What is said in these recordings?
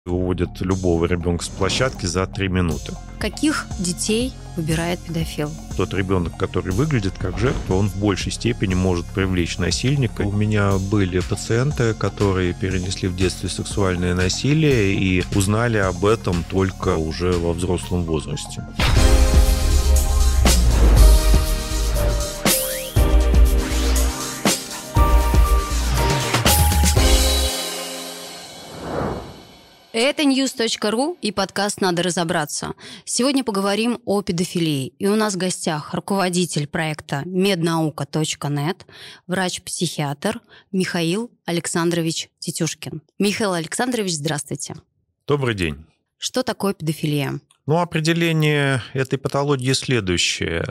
Выводят любого ребенка с площадки за 3 минуты. Каких детей выбирает педофил? Тот ребенок, который выглядит как жертва, он в большей степени может привлечь насильника. У меня были пациенты, которые перенесли в детстве сексуальное насилие и узнали об этом только уже во взрослом возрасте. Это news.ru и подкаст «Надо разобраться». Сегодня поговорим о педофилии. И у нас в гостях руководитель проекта mednauka.net, врач-психиатр Михаил Александрович Тетюшкин. Михаил Александрович, здравствуйте. Добрый день. Что такое педофилия? Определение этой патологии следующее.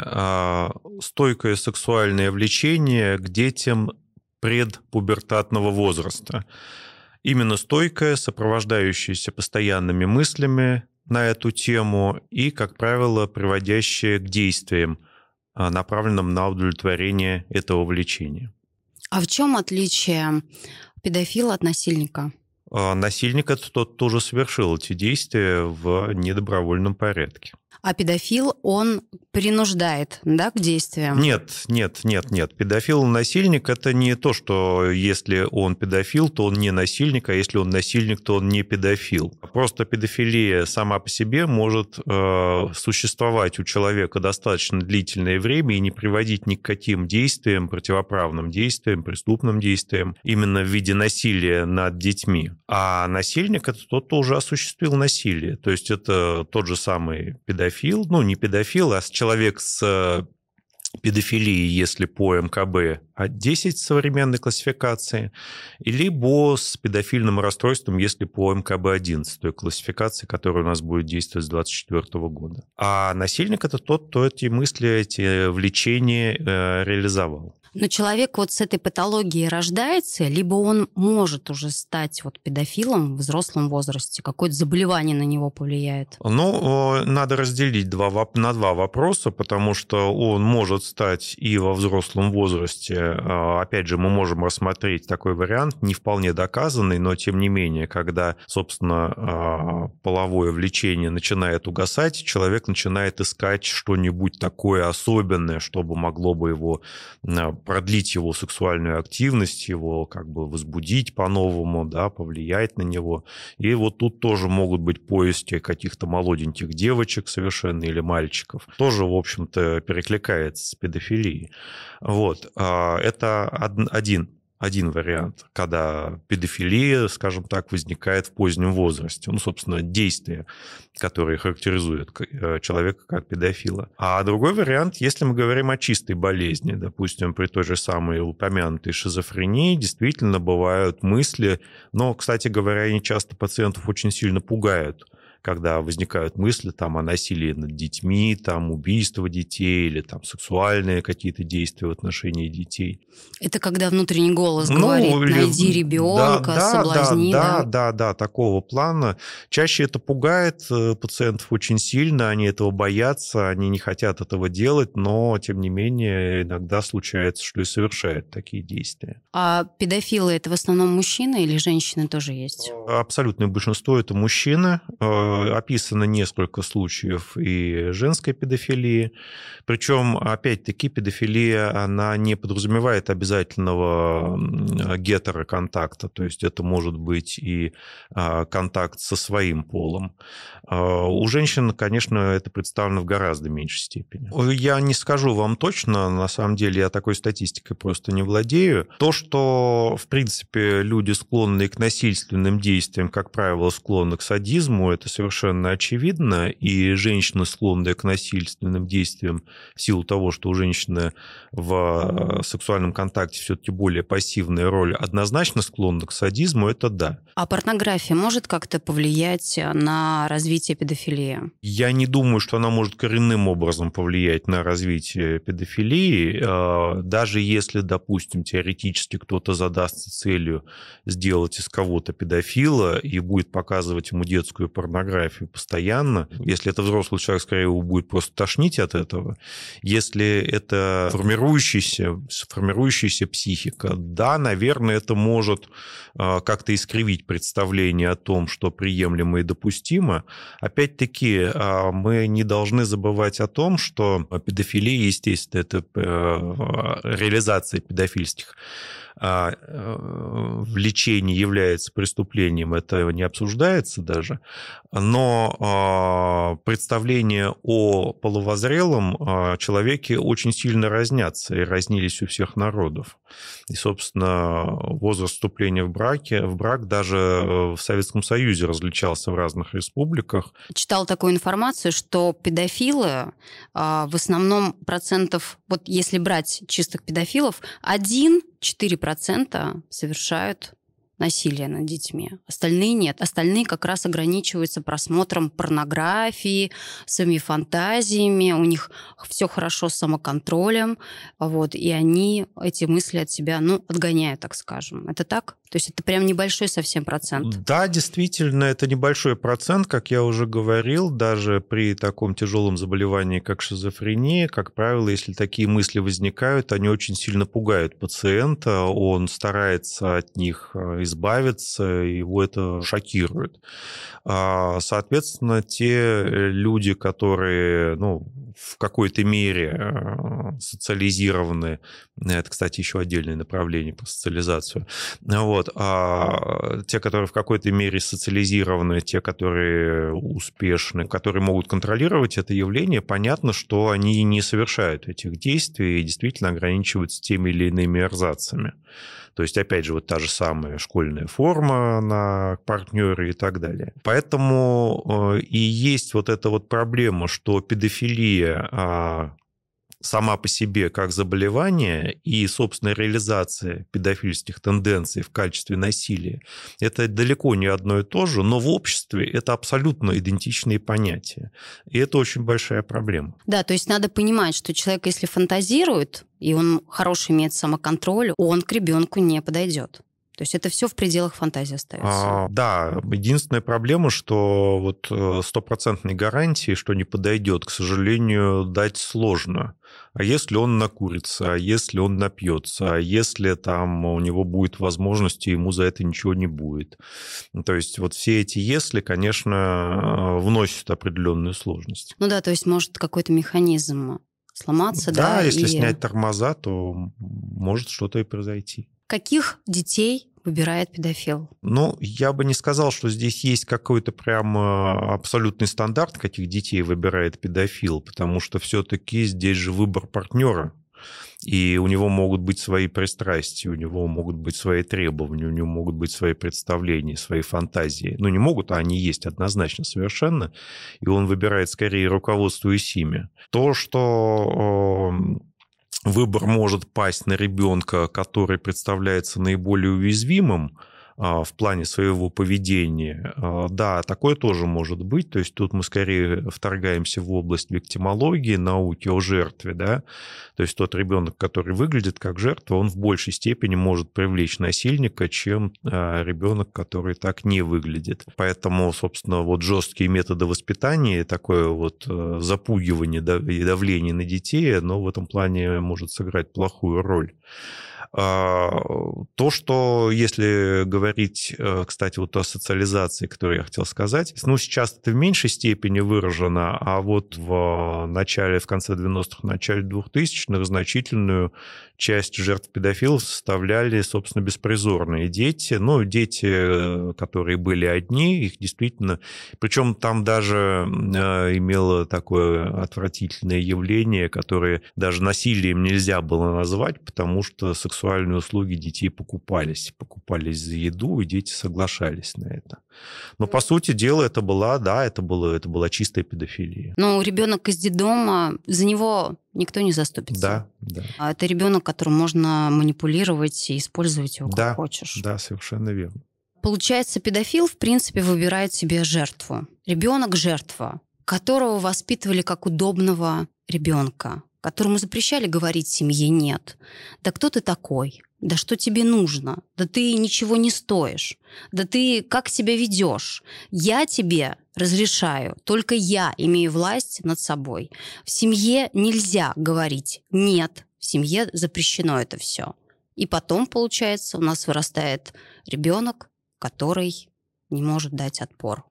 Стойкое сексуальное влечение к детям предпубертатного возраста. Именно стойкое, сопровождающееся постоянными мыслями на эту тему и, как правило, приводящее к действиям, направленным на удовлетворение этого влечения. А в чем отличие педофила от насильника? Насильник – это тот, кто уже совершил эти действия в недобровольном порядке. А педофил, он принуждает, да, к действиям? Нет. Педофил и насильник – это не то, что если он педофил, то он не насильник, а если он насильник, то он не педофил. Просто педофилия сама по себе может существовать у человека достаточно длительное время и не приводить ни к каким действиям, противоправным действиям, преступным действиям, именно в виде насилия над детьми. А насильник – это тот, кто уже осуществил насилие. То есть это тот же самый педофил, не педофил, а человек с педофилией, если по МКБ 10 современной классификации, либо с педофильным расстройством, если по МКБ-11, той классификации, которая у нас будет действовать с 2024 года. А насильник – это тот, кто эти мысли, эти влечения реализовал. Но человек вот с этой патологией рождается, либо он может уже стать педофилом в взрослом возрасте? Какое-то заболевание на него повлияет? Надо разделить на два вопроса, потому что он может стать и во взрослом возрасте. Опять же, мы можем рассмотреть такой вариант, не вполне доказанный, но тем не менее, когда, собственно, половое влечение начинает угасать, человек начинает искать что-нибудь такое особенное, чтобы могло бы его продлить его сексуальную активность, его возбудить по-новому, повлиять на него. И вот тут тоже могут быть поиски каких-то молоденьких девочек совершенно или мальчиков. Тоже, в общем-то, перекликается с педофилией. Это один вариант, когда педофилия, скажем так, возникает в позднем возрасте. Собственно, действия, которые характеризуют человека как педофила. А другой вариант, если мы говорим о чистой болезни, допустим, при той же самой упомянутой шизофрении, действительно бывают мысли, но, кстати говоря, они часто пациентов очень сильно пугают, когда возникают мысли о насилии над детьми, убийство детей или сексуальные какие-то действия в отношении детей. Это когда внутренний голос говорит: найди ребенка, соблазни. Да, такого плана. Чаще это пугает пациентов очень сильно, они этого боятся, они не хотят этого делать, но, тем не менее, иногда случается, что и совершают такие действия. А педофилы – это в основном мужчины или женщины тоже есть? Абсолютное большинство – это мужчины. Описано несколько случаев и женской педофилии. Причем, опять-таки, педофилия, она не подразумевает обязательного гетероконтакта. То есть это может быть и контакт со своим полом. У женщин, конечно, это представлено в гораздо меньшей степени. Я не скажу вам точно, на самом деле я такой статистикой просто не владею. То, что, в принципе, люди, склонные к насильственным действиям, как правило, склонны к садизму, это совершенно очевидно, и женщины, склонные к насильственным действиям в силу того, что у женщины в сексуальном контакте все-таки более пассивная роль, однозначно склонны к садизму, это да. А порнография может как-то повлиять на развитие педофилии? Я не думаю, что она может коренным образом повлиять на развитие педофилии, даже если, допустим, теоретически кто-то задастся целью сделать из кого-то педофила и будет показывать ему детскую порнографию, порнографию постоянно. Если это взрослый человек, скорее его будет просто тошнить от этого. Если это формирующаяся психика, да, наверное, это может как-то искривить представление о том, что приемлемо и допустимо. Опять-таки, мы не должны забывать о том, что педофилия, естественно, это реализация педофильских влечений является преступлением, это не обсуждается даже, но представления о половозрелом человеке очень сильно разнятся и разнились у всех народов. И, собственно, возраст вступления в брак даже в Советском Союзе различался в разных республиках. Читал такую информацию, что педофилы в основном процентов, вот если брать чистых педофилов, 1-4% совершают насилие над детьми. Остальные нет. Остальные как раз ограничиваются просмотром порнографии, своими фантазиями, у них все хорошо с самоконтролем, вот, и они эти мысли от себя, отгоняют, так скажем. Это так? То есть это прям небольшой совсем процент. Да, действительно, это небольшой процент, как я уже говорил, даже при таком тяжелом заболевании, как шизофрения, как правило, если такие мысли возникают, они очень сильно пугают пациента, он старается от них избавиться, его это шокирует. Соответственно, те люди, которые, в какой-то мере социализированы, это, кстати, еще отдельное направление по социализацию, те, которые в какой-то мере социализированы, те, которые успешны, которые могут контролировать это явление, понятно, что они не совершают этих действий и действительно ограничиваются теми или иными эрзацами. То есть, опять же, вот та же самая школьная форма на партнере и так далее. Поэтому и есть вот эта вот проблема, что педофилия сама по себе как заболевание и, собственно, реализация педофильских тенденций в качестве насилия, это далеко не одно и то же, но в обществе это абсолютно идентичные понятия. И это очень большая проблема. Да, то есть надо понимать, что человек, если фантазирует, и он хороший имеет самоконтроль, он к ребенку не подойдет. То есть это все в пределах фантазии остается. Да, единственная проблема, что вот стопроцентной гарантии, что не подойдет, к сожалению, дать сложно. А если он накурится, а если он напьется, а если там у него будет возможность, и ему за это ничего не будет. То есть вот все эти «если», конечно, вносят определенную сложность. То есть может какой-то механизм сломаться, да? Да, если снять тормоза, то может что-то и произойти. Каких детей выбирает педофил? Я бы не сказал, что здесь есть какой-то прям абсолютный стандарт, каких детей выбирает педофил, потому что все-таки здесь же выбор партнера. И у него могут быть свои пристрастия, у него могут быть свои требования, у него могут быть свои представления, свои фантазии. Не могут, а они есть однозначно совершенно. И он выбирает скорее, руководствуясь ими. То, что выбор может пасть на ребенка, который представляется наиболее уязвимым в плане своего поведения, да, такое тоже может быть. То есть тут мы скорее вторгаемся в область виктимологии, науки о жертве, да. То есть тот ребенок, который выглядит как жертва, он в большей степени может привлечь насильника, чем ребенок, который так не выглядит. Поэтому, собственно, вот жесткие методы воспитания, такое вот запугивание и давление на детей, оно в этом плане может сыграть плохую роль. То, что, если говорить, кстати, вот о социализации, которую я хотел сказать, сейчас это в меньшей степени выражено, а вот в конце 90-х, начале 2000-х значительную часть жертв педофилов составляли, собственно, беспризорные дети. Дети, которые были одни, их действительно... Причем там даже имело такое отвратительное явление, которое даже насилием нельзя было назвать, потому что сексуальные услуги детей покупались за еду, и дети соглашались на это. Но, по сути дела, это была чистая педофилия. Ребенок из детдома, за него никто не заступится. Да. А это ребенок, которым можно манипулировать и использовать его как хочешь. Да, совершенно верно. Получается, педофил, в принципе, выбирает себе жертву. Ребенок – жертва, которого воспитывали как удобного ребенка, которому запрещали говорить в семье «нет». Да кто ты такой? Да что тебе нужно? Да ты ничего не стоишь. Да ты как себя ведешь? Я тебе разрешаю, только я имею власть над собой. В семье нельзя говорить «нет», в семье запрещено это все. И потом, получается, у нас вырастает ребенок, который не может дать отпор.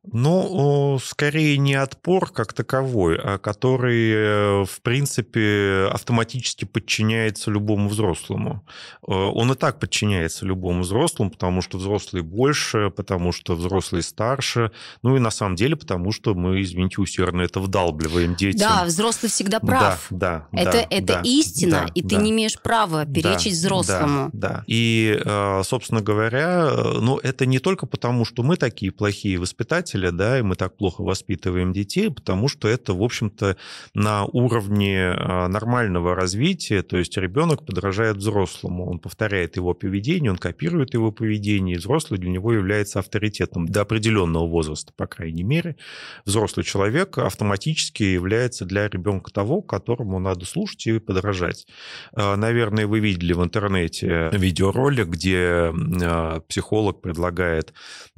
Ну, скорее не отпор как таковой, а который, в принципе, автоматически подчиняется любому взрослому. Он и так подчиняется любому взрослому, потому что взрослый больше, потому что взрослый старше, ну и на самом деле потому что мы, извините, усердно это вдалбливаем детям. Да, взрослый всегда прав. Да. Это истина, да, и ты не имеешь права перечить взрослому. Да. И, собственно говоря, ну, это не только потому, что мы такие плохие воспитатели, да, и мы так плохо воспитываем детей, потому что это, в общем-то, на уровне нормального развития, то есть ребенок подражает взрослому, он повторяет его поведение, он копирует его поведение, и взрослый для него является авторитетом до определенного возраста, по крайней мере. Взрослый человек автоматически является для ребенка того, которому надо слушать и подражать. Наверное, вы видели в интернете видеоролик, где психолог предлагает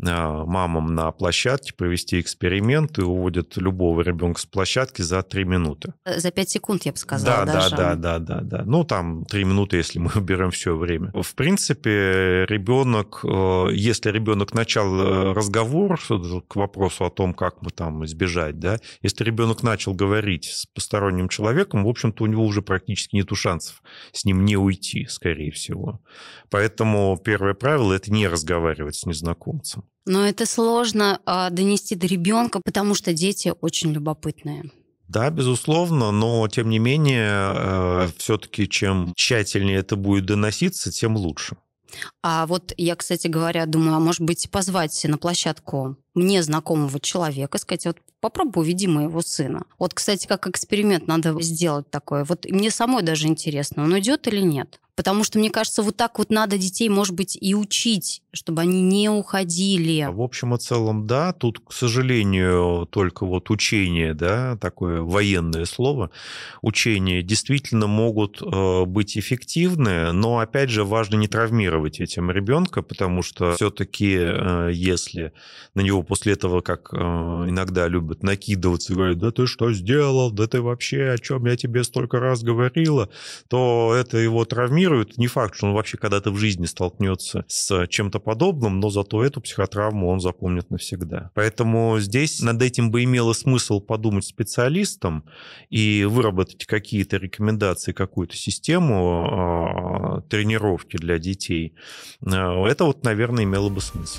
мамам на площадке провести эксперимент и уводят любого ребенка с площадки за 3 минуты. За 5 секунд, я бы сказала, даже. Да. Ну, там 3 минуты, если мы берем все время. В принципе, ребенок, если ребенок начал разговор к вопросу о том, как мы там избежать, да, если ребенок начал говорить с посторонним человеком, в общем-то, у него уже практически нету шансов с ним не уйти, скорее всего. Поэтому первое правило – это не разговаривать с незнакомцем. Но это сложно донести до ребенка, потому что дети очень любопытные. Да, безусловно, но тем не менее, все-таки чем тщательнее это будет доноситься, тем лучше. А вот я, кстати говоря, думаю, а может быть, позвать на площадку мне знакомого человека, сказать, вот попробуй уведи моего сына. Вот, кстати, как эксперимент надо сделать такое. Вот мне самой даже интересно, он уйдет или нет. Потому что, мне кажется, вот так вот надо детей, может быть, и учить, чтобы они не уходили. В общем и целом, да. Тут, к сожалению, только вот учение, да, такое военное слово, учения действительно могут быть эффективны, но, опять же, важно не травмировать этим ребенка, потому что все-таки, если на него после этого, как иногда любят накидываться, говорят, да ты что сделал, да ты вообще, о чем я тебе столько раз говорила, то это его травмирует. Не факт, что он вообще когда-то в жизни столкнется с чем-то подобным, но зато эту психотравму он запомнит навсегда. Поэтому здесь над этим бы имело смысл подумать специалистам и выработать какие-то рекомендации, какую-то систему тренировки для детей. Это вот, наверное, имело бы смысл.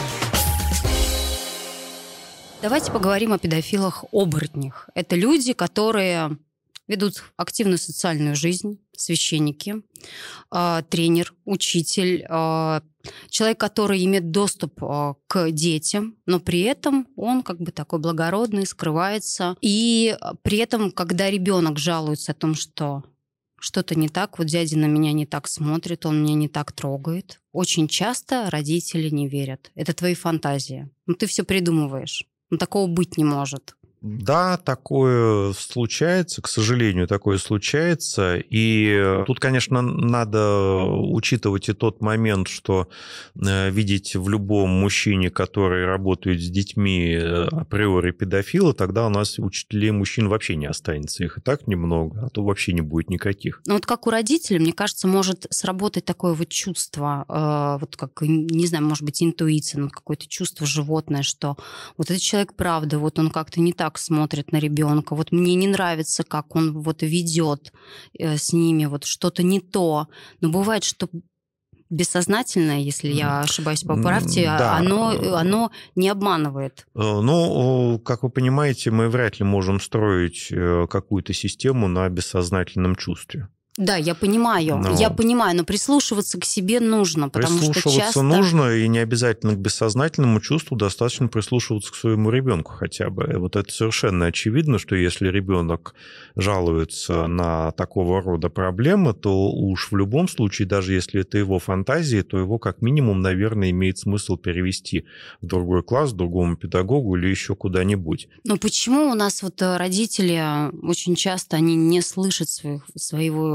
Давайте поговорим о педофилах-оборотнях. Это люди, которые ведут активную социальную жизнь, священники, тренер, учитель, человек, который имеет доступ к детям, но при этом он как бы такой благородный, скрывается. И при этом, когда ребенок жалуется о том, что что-то не так, вот дядя на меня не так смотрит, он меня не так трогает, очень часто родители не верят. Это твои фантазии. Ну, ты все придумываешь. Но такого быть не может. Да, такое случается, к сожалению, такое случается. И тут, конечно, надо учитывать и тот момент, что видеть в любом мужчине, который работает с детьми, априори педофила, тогда у нас учителей мужчин вообще не останется. Их и так немного, а то вообще не будет никаких. Ну вот как у родителей, мне кажется, может сработать такое вот чувство, вот как, не знаю, может быть, интуиция, ну, какое-то чувство животное, что вот этот человек, правда, вот он как-то не так смотрит на ребенка, вот мне не нравится, как он вот ведет с ними, вот что-то не то. Но бывает, что бессознательное, если я ошибаюсь, поправьте, да. оно не обманывает. Ну, как вы понимаете, мы вряд ли можем строить какую-то систему на бессознательном чувстве. Да, я понимаю, но прислушиваться к себе нужно, потому что часто... Прислушиваться нужно, и не обязательно к бессознательному чувству, достаточно прислушиваться к своему ребенку хотя бы. Вот это совершенно очевидно, что если ребенок жалуется на такого рода проблемы, то уж в любом случае, даже если это его фантазии, то его как минимум, наверное, имеет смысл перевести в другой класс, к другому педагогу или еще куда-нибудь. Но почему у нас вот родители очень часто они не слышат своего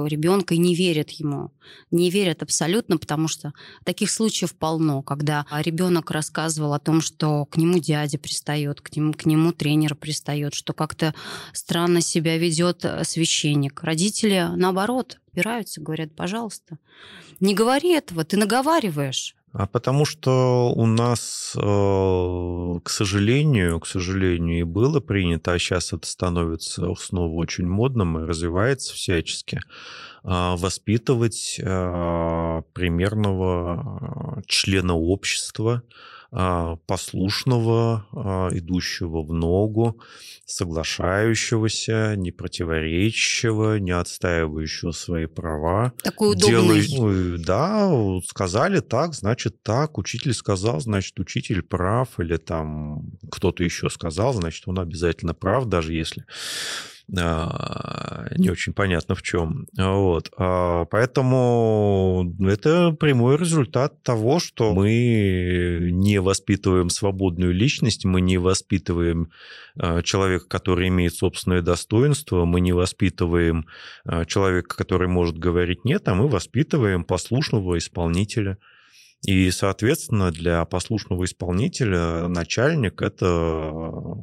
ребенка и не верят ему. Не верят абсолютно, потому что таких случаев полно, когда ребенок рассказывал о том, что к нему дядя пристает, к нему тренер пристает, что как-то странно себя ведет священник. Родители, наоборот, опираются, говорят: пожалуйста, не говори этого, ты наговариваешь. А потому что у нас, к сожалению, и было принято, а сейчас это становится снова очень модным и развивается всячески, воспитывать примерного члена общества, послушного, идущего в ногу, соглашающегося, не противоречащего, не отстаивающего свои права. Такой удобный. Да, сказали так, значит так, учитель сказал, значит учитель прав, или там кто-то еще сказал, значит он обязательно прав, даже если не очень понятно в чем. Вот. Поэтому это прямой результат того, что мы не воспитываем свободную личность, мы не воспитываем человека, который имеет собственное достоинство, мы не воспитываем человека, который может говорить «нет», а мы воспитываем послушного исполнителя. И, соответственно, для послушного исполнителя начальник – это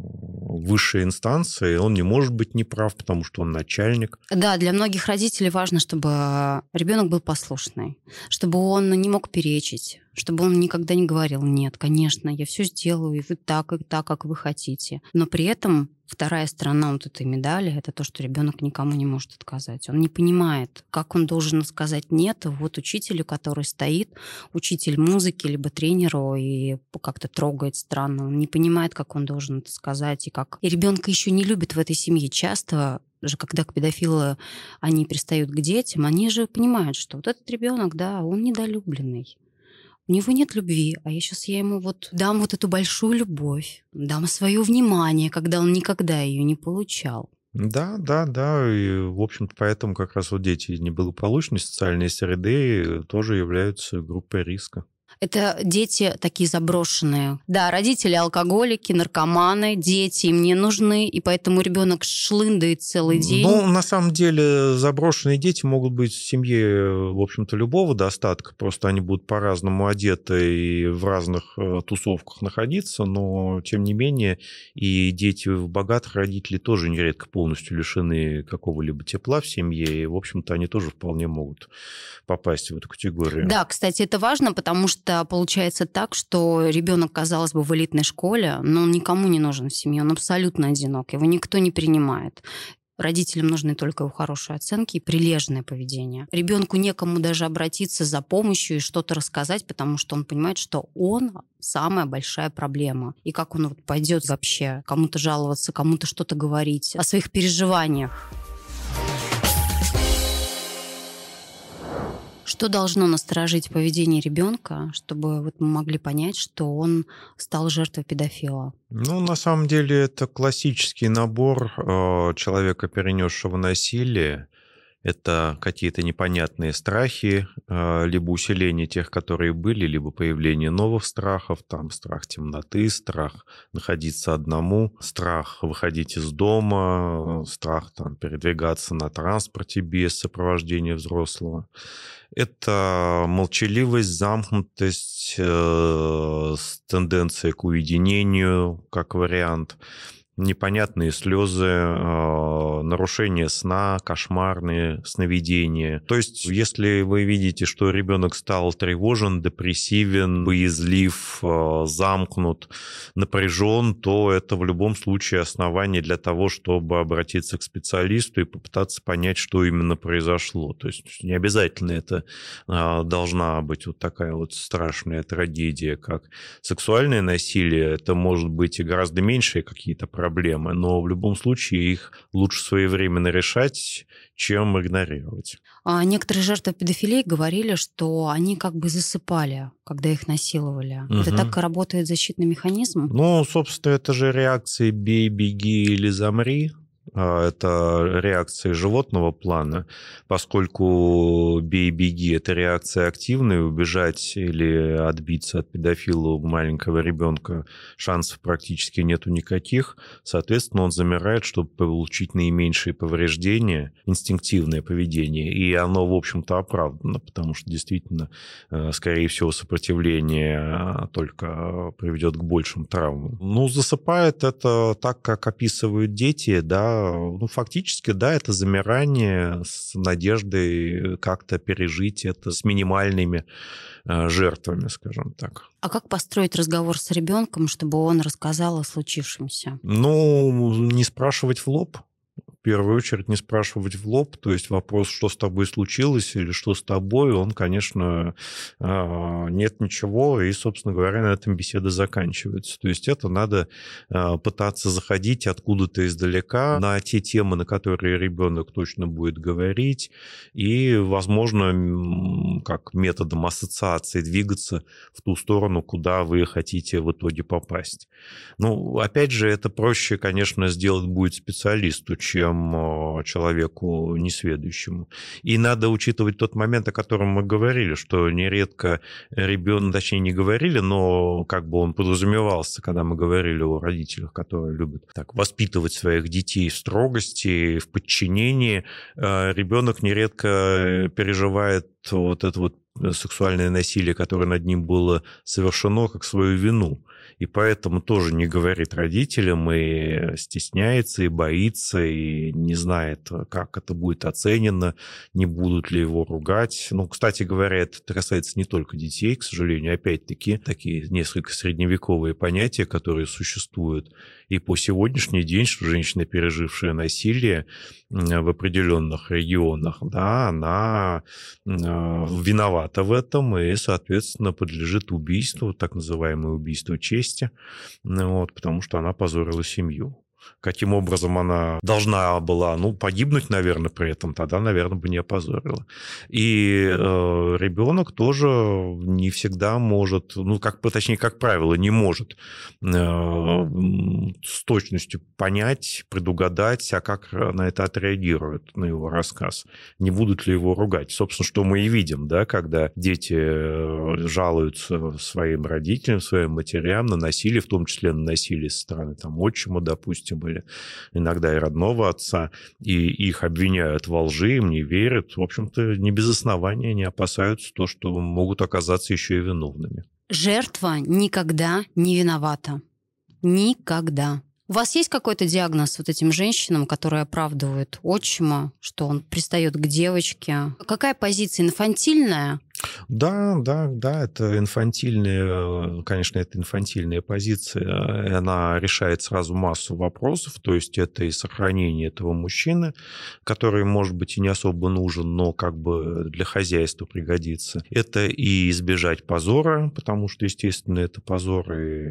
высшая инстанция, и он не может быть неправ, потому что он начальник. Да, для многих родителей важно, чтобы ребенок был послушный, чтобы он не мог перечить, чтобы он никогда не говорил: нет, конечно, я все сделаю, и вы так, как вы хотите. Но при этом вторая сторона вот этой медали – это то, что ребенок никому не может отказать. Он не понимает, как он должен сказать «нет» вот учителю, который стоит, учитель музыки, либо тренеру, и как-то трогает странно. Он не понимает, как он должен это сказать. И ребенка еще не любят в этой семье. Часто же, когда педофилы, они пристают к детям, они же понимают, что вот этот ребенок, да, он недолюбленный. У него нет любви, а я ему дам эту большую любовь, дам свое внимание, когда он никогда ее не получал. Да, и, в общем-то, поэтому как раз дети неблагополучной социальной среды тоже являются группой риска. Это дети такие заброшенные. Да, родители алкоголики, наркоманы, дети им не нужны, и поэтому ребенок шлындает целый день. На самом деле, заброшенные дети могут быть в семье, в общем-то, любого достатка, просто они будут по-разному одеты и в разных тусовках находиться, но, тем не менее, и дети богатых родителей тоже нередко полностью лишены какого-либо тепла в семье, и, в общем-то, они тоже вполне могут попасть в эту категорию. Да, кстати, это важно, потому что получается так, что ребенок, казалось бы, в элитной школе, но он никому не нужен в семье, он абсолютно одинок, его никто не принимает. Родителям нужны только его хорошие оценки и прилежное поведение. Ребенку некому даже обратиться за помощью и что-то рассказать, потому что он понимает, что он самая большая проблема. И как он пойдет вообще кому-то жаловаться, кому-то что-то говорить о своих переживаниях. Что должно насторожить поведение ребенка, чтобы мы могли понять, что он стал жертвой педофила? На самом деле, это классический набор человека, перенесшего насилие. Это какие-то непонятные страхи, либо усиление тех, которые были, либо появление новых страхов, там страх темноты, страх находиться одному, страх выходить из дома, страх передвигаться на транспорте без сопровождения взрослого. Это молчаливость, замкнутость, тенденция к уединению, как вариант, непонятные слезы, нарушение сна, кошмарные сновидения. То есть, если вы видите, что ребенок стал тревожен, депрессивен, боязлив, замкнут, напряжен, то это в любом случае основание для того, чтобы обратиться к специалисту и попытаться понять, что именно произошло. То есть, не обязательно это должна быть такая страшная трагедия, как сексуальное насилие. Это может быть и гораздо меньшие какие-то проблемы, но в любом случае их лучше своевременно решать, чем игнорировать. Некоторые жертвы педофилии говорили, что они как бы засыпали, когда их насиловали. Угу. Это так работает защитный механизм? Собственно, это же реакции «бей, беги или замри». Это реакции животного плана, поскольку бей-беги – это реакция активная, убежать или отбиться от педофила у маленького ребенка шансов практически нету никаких. Соответственно, он замирает, чтобы получить наименьшие повреждения, инстинктивное поведение. И оно, в общем-то, оправдано, потому что действительно, скорее всего, сопротивление только приведет к большим травмам. Ну, засыпает это так, как описывают дети, да. Ну, фактически, да, это замирание с надеждой как-то пережить это с минимальными жертвами, скажем так. А как построить разговор с ребенком, чтобы он рассказал о случившемся? Ну, не спрашивать в лоб. В первую очередь не спрашивать в лоб, то есть вопрос, что с тобой случилось или что с тобой, он, конечно, нет ничего, и, собственно говоря, на этом беседа заканчивается. То есть это надо пытаться заходить откуда-то издалека на те темы, на которые ребенок точно будет говорить, и, возможно, как методом ассоциации двигаться в ту сторону, куда вы хотите в итоге попасть. Ну, опять же, это проще, конечно, сделать будет специалисту, чем человеку несведущему. И надо учитывать тот момент, о котором мы говорили, что нередко ребенок, точнее, не говорили, но как бы он подразумевался, когда мы говорили о родителях, которые любят так воспитывать своих детей в строгости, в подчинении. Ребенок нередко переживает вот это вот сексуальное насилие, которое над ним было совершено, как свою вину. И поэтому тоже не говорит родителям, и стесняется, и боится, и не знает, как это будет оценено, не будут ли его ругать. Ну, кстати говоря, это касается не только детей, к сожалению. Опять-таки, такие несколько средневековые понятия, которые существуют и по сегодняшний день, что женщина, пережившая насилие в определенных регионах, да, она виновата в этом и, соответственно, подлежит убийству, так называемое убийство чести, вот, потому что она позорила семью. Каким образом она должна была, погибнуть, наверное, при этом, тогда, наверное, бы не опозорила. И ребенок тоже не всегда может, точнее, как правило, не может с точностью понять, предугадать, а как на это отреагируют, на его рассказ. Не будут ли его ругать. Собственно, что мы и видим, да, когда дети жалуются своим родителям, своим матерям на насилие, в том числе на насилие со стороны отчима, допустим, или иногда и родного отца, и их обвиняют во лжи, им не верят, в общем-то, не без основания не опасаются то, что могут оказаться еще и виновными. Жертва никогда не виновата. Никогда. У вас есть какой-то диагноз вот этим женщинам, которые оправдывают отчима, что он пристает к девочке? Какая позиция? Инфантильная? Да, это инфантильная, конечно, это инфантильная позиция, и она решает сразу массу вопросов, то есть это и сохранение этого мужчины, который, может быть, и не особо нужен, но как бы для хозяйства пригодится. Это и избежать позора, потому что, естественно, это позор, и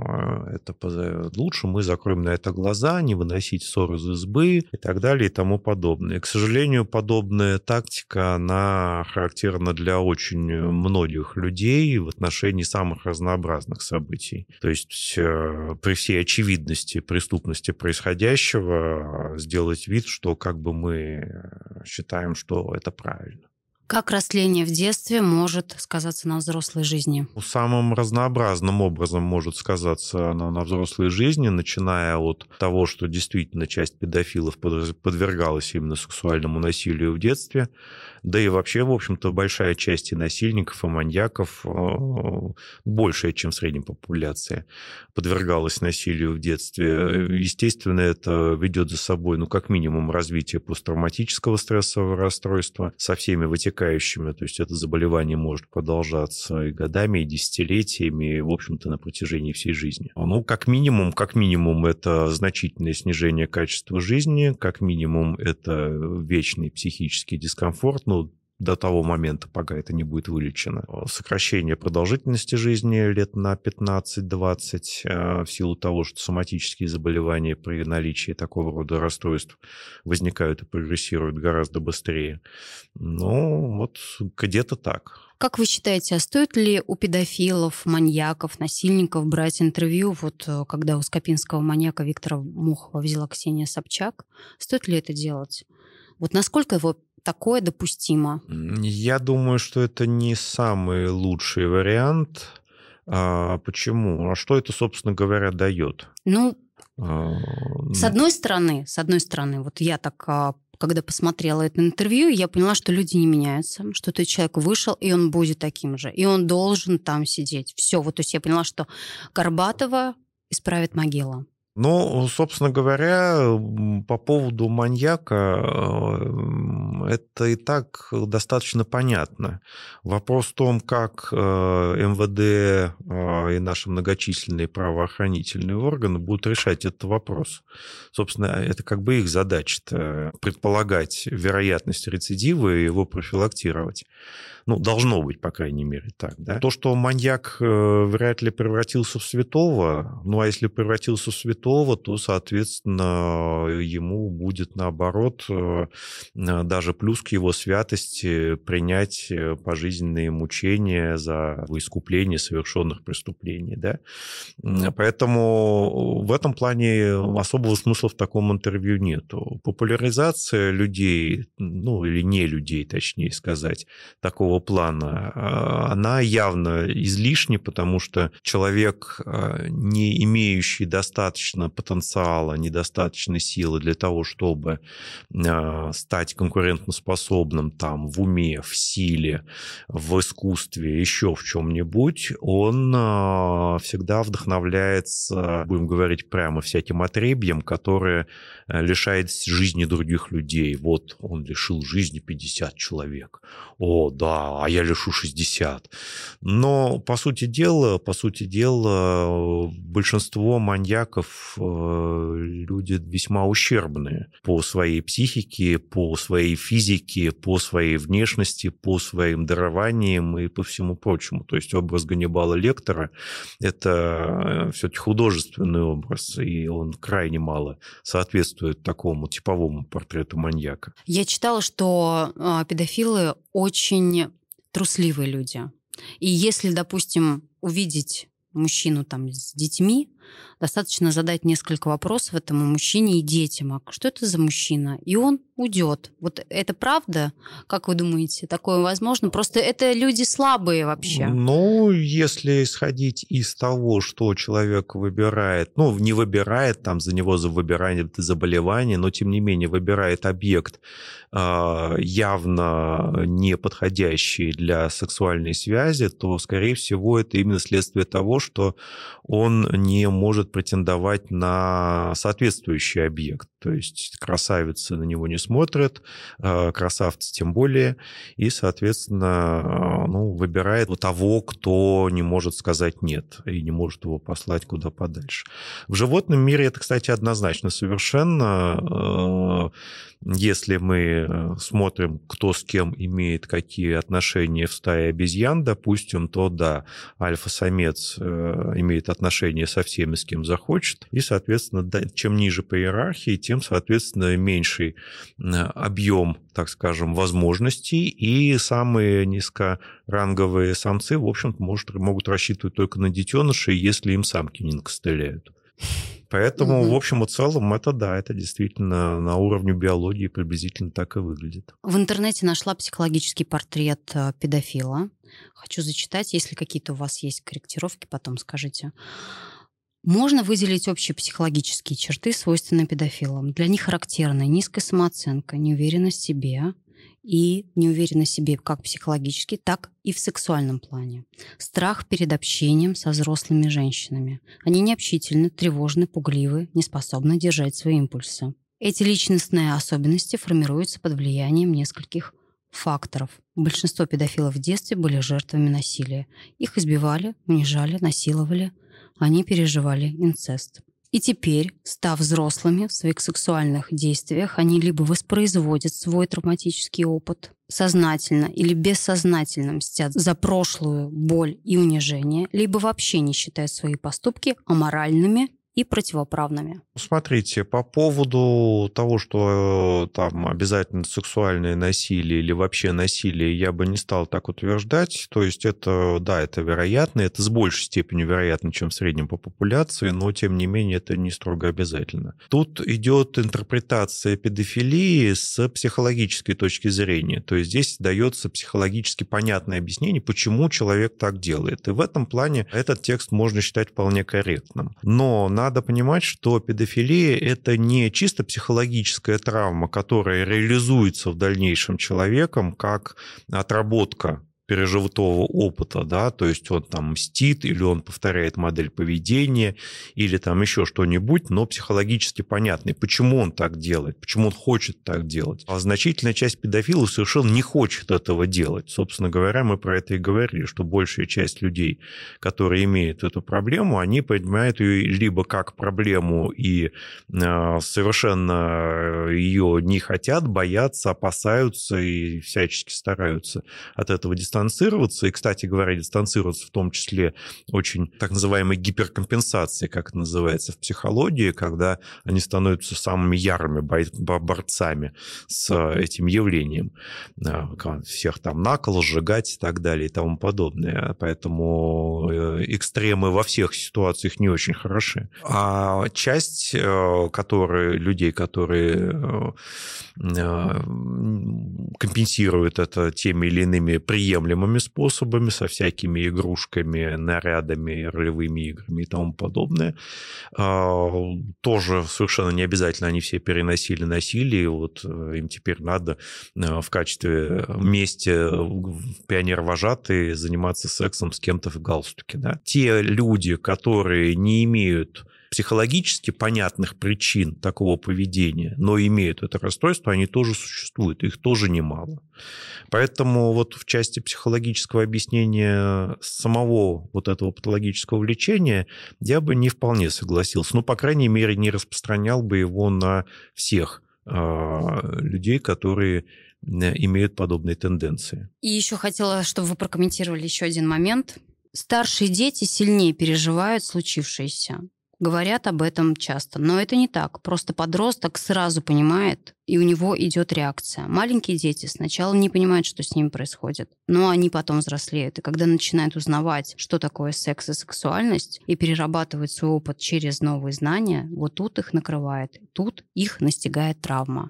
лучше мы закроем на это глаза, не выносить ссор из избы и так далее и тому подобное. К сожалению, подобная тактика, она характерна для очень многих людей в отношении самых разнообразных событий. То есть при всей очевидности преступности происходящего сделать вид, что как бы мы считаем, что это правильно. Как растление в детстве может сказаться на взрослой жизни? Самым разнообразным образом может сказаться оно на взрослой жизни, начиная от того, что действительно часть педофилов подвергалась именно сексуальному насилию в детстве, да и вообще, в общем-то, большая часть и насильников, и маньяков, большая, чем в средней популяции, подвергалась насилию в детстве. Естественно, это ведет за собой, как минимум, развитие посттравматического стрессового расстройства со всеми вытекающими. То есть это заболевание может продолжаться и годами, и десятилетиями, и, в общем-то, на протяжении всей жизни. Как минимум, это значительное снижение качества жизни, как минимум, это вечный психический дискомфорт, до того момента, пока это не будет вылечено. Сокращение продолжительности жизни лет на 15-20 в силу того, что соматические заболевания при наличии такого рода расстройств возникают и прогрессируют гораздо быстрее. Ну, вот где-то так. Как вы считаете, а стоит ли у педофилов, маньяков, насильников брать интервью? Вот когда у скопинского маньяка Виктора Мохова взяла Ксения Собчак, стоит ли это делать? Вот насколько его такое допустимо? Я думаю, что это не самый лучший вариант. Почему? А что это, собственно говоря, дает? Ну, с одной стороны, вот я так, когда посмотрела это интервью, я поняла, что люди не меняются, что этот человек вышел, и он будет таким же, и он должен там сидеть. Все, вот, то есть я поняла, что Горбатова исправит могила. Ну, собственно говоря, по поводу маньяка, это и так достаточно понятно. Вопрос в том, как МВД и наши многочисленные правоохранительные органы будут решать этот вопрос. Собственно, это как бы их задача предполагать вероятность рецидива и его профилактировать. Ну, должно быть, по крайней мере, так. Да? То, что маньяк вряд ли превратился в святого, ну, а если превратился в святого, то, соответственно, ему будет, наоборот, даже плюс к его святости принять пожизненные мучения за искупление совершенных преступлений. Да? Поэтому в этом плане особого смысла в таком интервью нету. Популяризация людей, ну, или не людей, точнее сказать, такого плана, она явно излишне, потому что человек, не имеющий достаточно потенциала, недостаточно силы для того, чтобы стать конкурентоспособным там, в уме, в силе, в искусстве, еще в чем-нибудь, он всегда вдохновляется, будем говорить прямо, всяким отребьем, которое лишает жизни других людей. Вот он лишил жизни 50 человек. О, да, а я лишу 60. Но, по сути дела, большинство маньяков люди весьма ущербные по своей психике, по своей физике, по своей внешности, по своим дарованиям и по всему прочему. То есть образ Ганнибала Лектора – это все-таки художественный образ, и он крайне мало соответствует такому типовому портрету маньяка. Я читала, что педофилы очень трусливые люди. И если, допустим, увидеть мужчину там с детьми, достаточно задать несколько вопросов этому мужчине и детям. А что это за мужчина? И он уйдет. Вот это правда? Как вы думаете, такое возможно? Просто это люди слабые вообще. Ну, если исходить из того, что человек выбирает, ну, не выбирает, там за него выбирает заболевание, но тем не менее выбирает объект, явно не подходящий для сексуальной связи, то, скорее всего, это именно следствие того, что он не может претендовать на соответствующий объект. То есть красавицы на него не смотрят, красавцы тем более, и, соответственно, ну, выбирает того, кто не может сказать «нет» и не может его послать куда подальше. В животном мире это, кстати, однозначно совершенно. Если мы смотрим, кто с кем имеет какие отношения в стае обезьян, допустим, то да, альфа-самец имеет отношения со всеми, с кем захочет, и, соответственно, чем ниже по иерархии, тем, соответственно, меньший объем, так скажем, возможностей, и самые низкоранговые самцы, в общем-то, могут рассчитывать только на детенышей, если им самки не накостыляют. Поэтому, в общем и целом, это да, это действительно на уровне биологии приблизительно так и выглядит. В интернете нашла психологический портрет педофила. Хочу зачитать, если какие-то у вас есть корректировки, потом скажите. Можно выделить общие психологические черты, свойственные педофилам. Для них характерны низкая самооценка, неуверенность в себе и неуверенность в себе как психологически, так и в сексуальном плане. Страх перед общением со взрослыми женщинами. Они необщительны, тревожны, пугливы, не способны держать свои импульсы. Эти личностные особенности формируются под влиянием нескольких факторов. Большинство педофилов в детстве были жертвами насилия. Их избивали, унижали, насиловали. Они переживали инцест. И теперь, став взрослыми в своих сексуальных действиях, они либо воспроизводят свой травматический опыт, сознательно или бессознательно мстят за прошлую боль и унижение, либо вообще не считают свои поступки аморальными и противоправными. Смотрите, по поводу того, что там обязательно сексуальное насилие или вообще насилие, я бы не стал так утверждать. То есть это, да, это вероятно, это с большей степенью вероятно, чем в среднем по популяции, но тем не менее это не строго обязательно. Тут идет интерпретация педофилии с психологической точки зрения. То есть здесь дается психологически понятное объяснение, почему человек так делает. И в этом плане этот текст можно считать вполне корректным. Но надо понимать, что педофилия – это не чисто психологическая травма, которая реализуется в дальнейшем человеком как отработка пережитого опыта, да, то есть он там мстит, или он повторяет модель поведения, или там еще что-нибудь, но психологически понятный, почему он так делает, почему он хочет так делать. А значительная часть педофилов совершенно не хочет этого делать. Собственно говоря, мы про это и говорили, что большая часть людей, которые имеют эту проблему, они понимают ее либо как проблему и совершенно ее не хотят, боятся, опасаются и всячески стараются от этого дистанцироваться. И, кстати говоря, дистанцироваться в том числе очень так называемой гиперкомпенсацией, как это называется в психологии, когда они становятся самыми ярыми борцами с этим явлением. Всех там на кол сжигать и так далее и тому подобное. Поэтому экстремы во всех ситуациях не очень хороши. А часть людей, которые компенсируют это теми или иными приемлемыми способами, со всякими игрушками, нарядами, ролевыми играми и тому подобное. Тоже совершенно не обязательно они все переносили насилие, и вот им теперь надо в качестве мести пионер-вожатый заниматься сексом с кем-то в галстуке. Да? Те люди, которые не имеют психологически понятных причин такого поведения, но имеют это расстройство, они тоже существуют, их тоже немало. Поэтому вот в части психологического объяснения самого вот этого патологического влечения я бы не вполне согласился. Ну, по крайней мере, не распространял бы его на всех людей, которые имеют подобные тенденции. И еще хотела, чтобы вы прокомментировали еще один момент. Старшие дети сильнее переживают случившееся. Говорят об этом часто, но это не так. Просто подросток сразу понимает, и у него идет реакция. Маленькие дети сначала не понимают, что с ними происходит, но они потом взрослеют. И когда начинают узнавать, что такое секс и сексуальность, и перерабатывают свой опыт через новые знания, вот тут их накрывает, тут их настигает травма.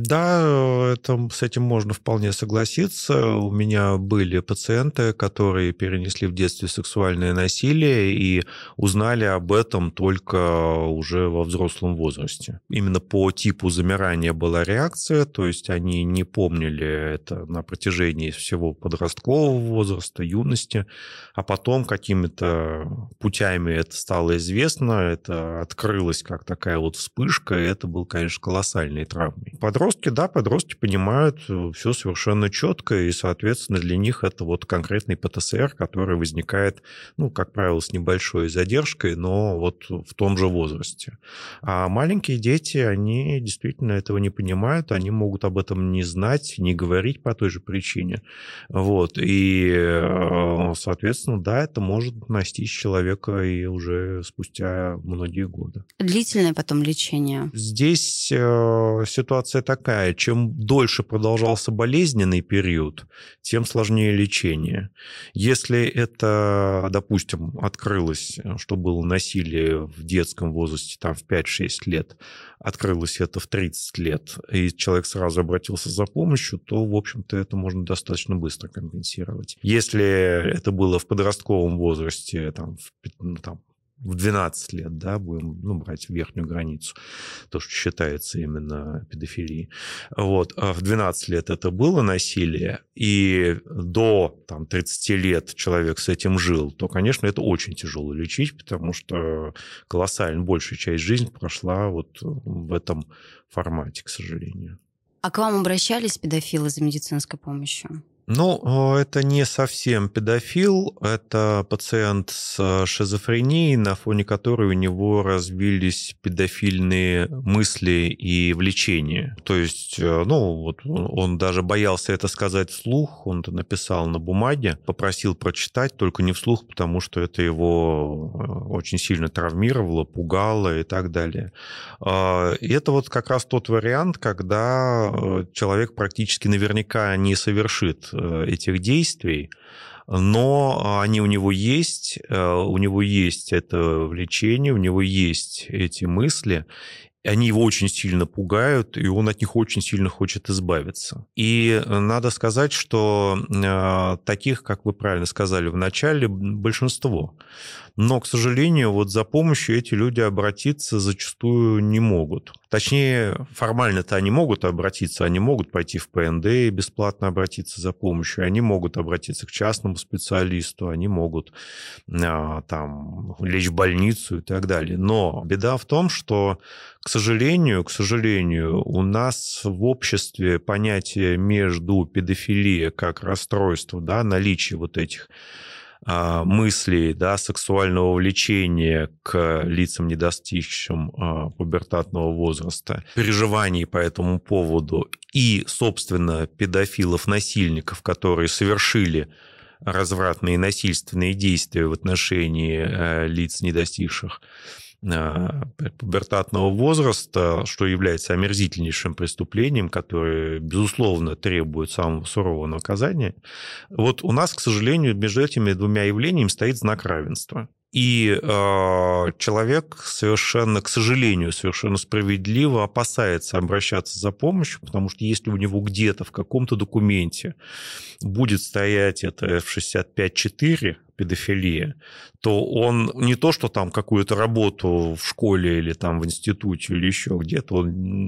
Да, с этим можно вполне согласиться. У меня были пациенты, которые перенесли в детстве сексуальное насилие и узнали об этом только уже во взрослом возрасте. Именно по типу замирания была реакция, то есть они не помнили это на протяжении всего подросткового возраста, юности, а потом какими-то путями это стало известно, это открылось как такая вот вспышка, и это был, конечно, колоссальной травмой. Подростки понимают все совершенно четко, и, соответственно, для них это вот конкретный ПТСР, который возникает, ну, как правило, с небольшой задержкой, но вот в том же возрасте. А маленькие дети, они действительно этого не понимают, они могут об этом не знать, не говорить по той же причине. Вот. И, соответственно, да, это может настичь человека и уже спустя многие годы. Длительное потом лечение? Здесь ситуация такая, чем дольше продолжался болезненный период, тем сложнее лечение. Если это, допустим, открылось, что было насилие в детском возрасте, там, в 5-6 лет, открылось это в 30 лет, и человек сразу обратился за помощью, то, в общем-то, это можно достаточно быстро компенсировать. Если это было в подростковом возрасте, в 12 лет, да, будем брать верхнюю границу, то, что считается именно педофилией. Вот. А в 12 лет это было насилие, и до 30 лет человек с этим жил, то, конечно, это очень тяжело лечить, потому что колоссально большая часть жизни прошла вот в этом формате, к сожалению. А к вам обращались педофилы за медицинской помощью? Ну, это не совсем педофил, это пациент с шизофренией, на фоне которой у него развились педофильные мысли и влечения. То есть, вот он даже боялся это сказать вслух, он это написал на бумаге, попросил прочитать, только не вслух, потому что это его очень сильно травмировало, пугало и так далее. И это вот как раз тот вариант, когда человек практически наверняка не совершит этих действий, но они у него есть это влечение, у него есть эти мысли, они его очень сильно пугают, и он от них очень сильно хочет избавиться. И надо сказать, что таких, как вы правильно сказали в начале, большинство. Но, к сожалению, вот за помощью эти люди обратиться зачастую не могут. Точнее, формально-то они могут обратиться, они могут пойти в ПНД и бесплатно обратиться за помощью, они могут обратиться к частному специалисту, они могут лечь в больницу и так далее. Но беда в том, что, к сожалению, у нас в обществе понятие между педофилией как расстройство, наличие вот этих мыслей, сексуального влечения к лицам, не достигшим пубертатного возраста, переживаний по этому поводу и, собственно, педофилов-насильников, которые совершили развратные и насильственные действия в отношении лиц, не достигших пубертатного возраста, что является омерзительнейшим преступлением, которое, безусловно, требует самого сурового наказания. Вот у нас, к сожалению, между этими двумя явлениями стоит знак равенства. И человек к сожалению, совершенно справедливо опасается обращаться за помощью, потому что если у него где-то в каком-то документе будет стоять это F65-4, педофилия, то он не то, что там какую-то работу в школе или там в институте или еще где-то,